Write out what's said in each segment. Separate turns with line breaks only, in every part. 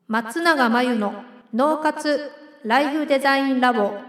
松永真由の脳活ライフデザインラボ。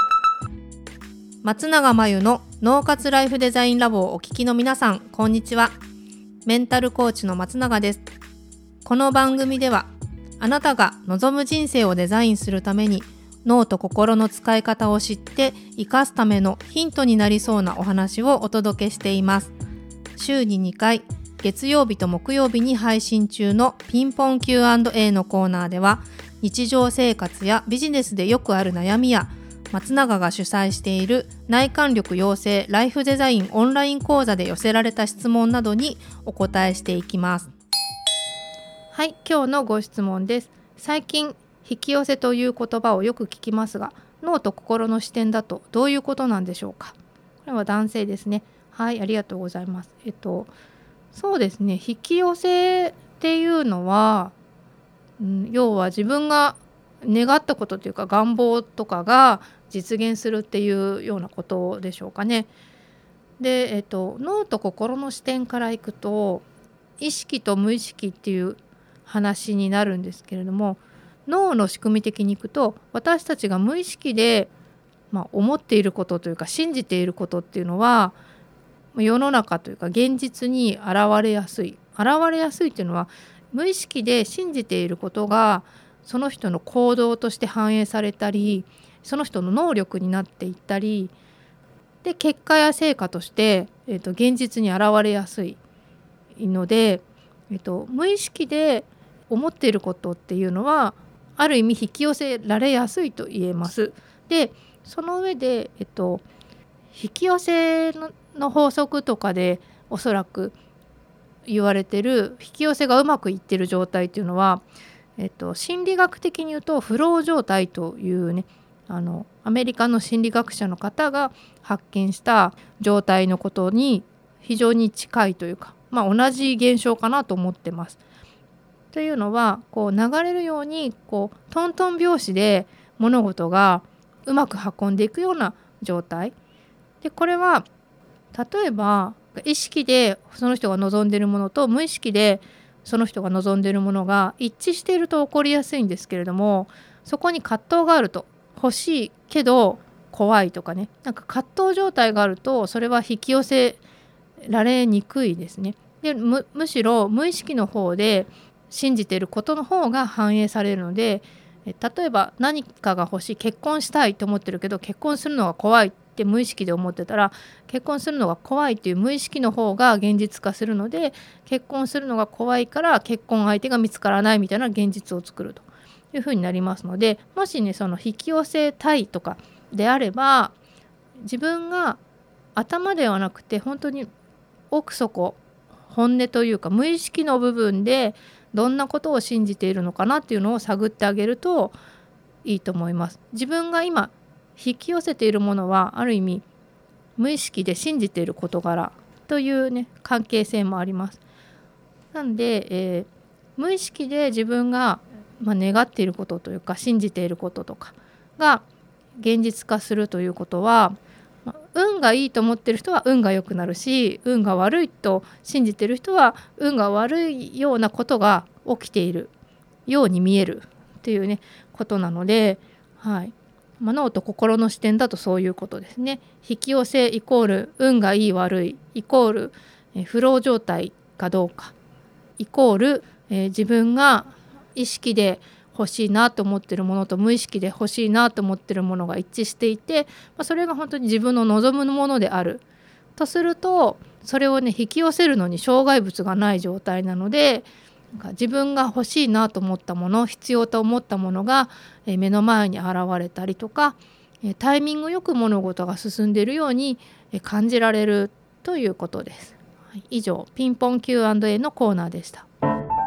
松永真由の脳活ライフデザインラボをお聞きの皆さん、こんにちは。メンタルコーチの松永です。この番組では、あなたが望む人生をデザインするために脳と心の使い方を知って生かすためのヒントになりそうなお話をお届けしています。週に2回、月曜日と木曜日に配信中のピンポン Q&A のコーナーでは、日常生活やビジネスでよくある悩みや、松永が主催している内観力養成ライフデザインオンライン講座で寄せられた質問などにお答えしていきます。はい、今日のご質問です。最近引き寄せという言葉をよく聞きますが、脳と心の視点だとどういうことなんでしょうか。これは男性ですね。はい、ありがとうございます。そうですね、引き寄せっていうのは、要は自分が願ったことというか願望とかが実現するっていうようなことでしょうかね。で、脳と心の視点からいくと、意識と無意識っていう話になるんですけれども、脳の仕組み的にいくと、私たちが無意識で、思っていることというか信じていることっていうのは、世の中というか現実に現れやすいっていうのは、無意識で信じていることがその人の行動として反映されたり、その人の能力になっていったりで、結果や成果として、現実に現れやすいので、無意識で思っていることっていうのはある意味引き寄せられやすいと言えます。で、その上で、引き寄せの法則とかでおそらく言われてる引き寄せがうまくいってる状態っていうのは、心理学的に言うとフロー状態というね、アメリカの心理学者の方が発見した状態のことに非常に近いというか、同じ現象かなと思ってます。というのは、こう流れるようにトントン拍子で物事がうまく運んでいくような状態で、これは例えば意識でその人が望んでいるものと無意識でその人が望んでいるものが一致していると起こりやすいんですけれども、そこに葛藤があると、欲しいけど怖いとかね、葛藤状態があると、それは引き寄せられにくいですね。で、むしろ無意識の方で信じていることの方が反映されるので、例えば何かが欲しい、結婚したいと思ってるけど結婚するのが怖いって無意識で思ってたら、結婚するのが怖いっていう無意識の方が現実化するので、結婚するのが怖いから結婚相手が見つからないみたいな現実を作るというふうになりますので、もしね、その引き寄せたいとかであれば、自分が頭ではなくて本当に奥底、本音というか無意識の部分でどんなことを信じているのかなっていうのを探ってあげるといいと思います。自分が今引き寄せているものはある意味無意識で信じている事柄というね、関係性もあります。なので、無意識で自分が、願っていることというか信じていることとかが現実化するということは、運がいいと思っている人は運が良くなるし、運が悪いと信じている人は運が悪いようなことが起きているように見えるっていうね、ことなので、脳と心の視点だとそういうことですね。引き寄せイコール運がいい悪いイコールフロー状態かどうかイコール、自分が意識で欲しいなと思っているものと無意識で欲しいなと思っているものが一致していて、それが本当に自分の望むものであるとすると、それをね、引き寄せるのに障害物がない状態なので、自分が欲しいなと思ったもの、必要と思ったものが目の前に現れたりとか、タイミングよく物事が進んでいるように感じられるということです。以上、ピンポン Q&A のコーナーでした。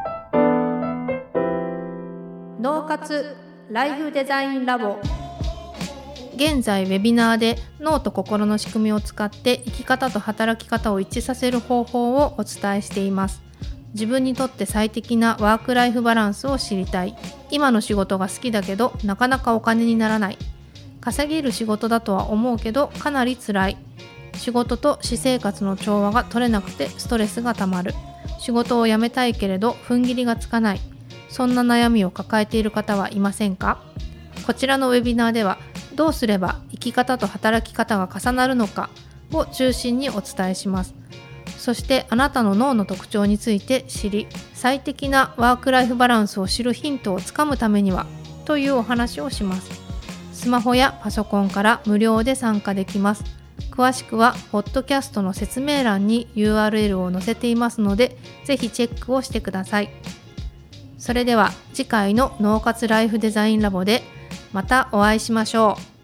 脳活ライフデザインラボ。現在ウェビナーで脳と心の仕組みを使って生き方と働き方を一致させる方法をお伝えしています。自分にとって最適なワークライフバランスを知りたい、今の仕事が好きだけどなかなかお金にならない、稼げる仕事だとは思うけどかなり辛い、仕事と私生活の調和が取れなくてストレスがたまる、仕事を辞めたいけれど踏ん切りがつかない、 そんな悩みを抱えている方はいませんか？こちらのウェビナーでは、どうすれば生き方と働き方が重なるのかを中心にお伝えします。そしてあなたの脳の特徴について知り、最適なワークライフバランスを知るヒントをつかむためにはというお話をします。スマホやパソコンから無料で参加できます。詳しくはポッドキャストの説明欄に URL を載せていますので、ぜひチェックをしてください。それでは次回の脳活ライフデザインラボでまたお会いしましょう。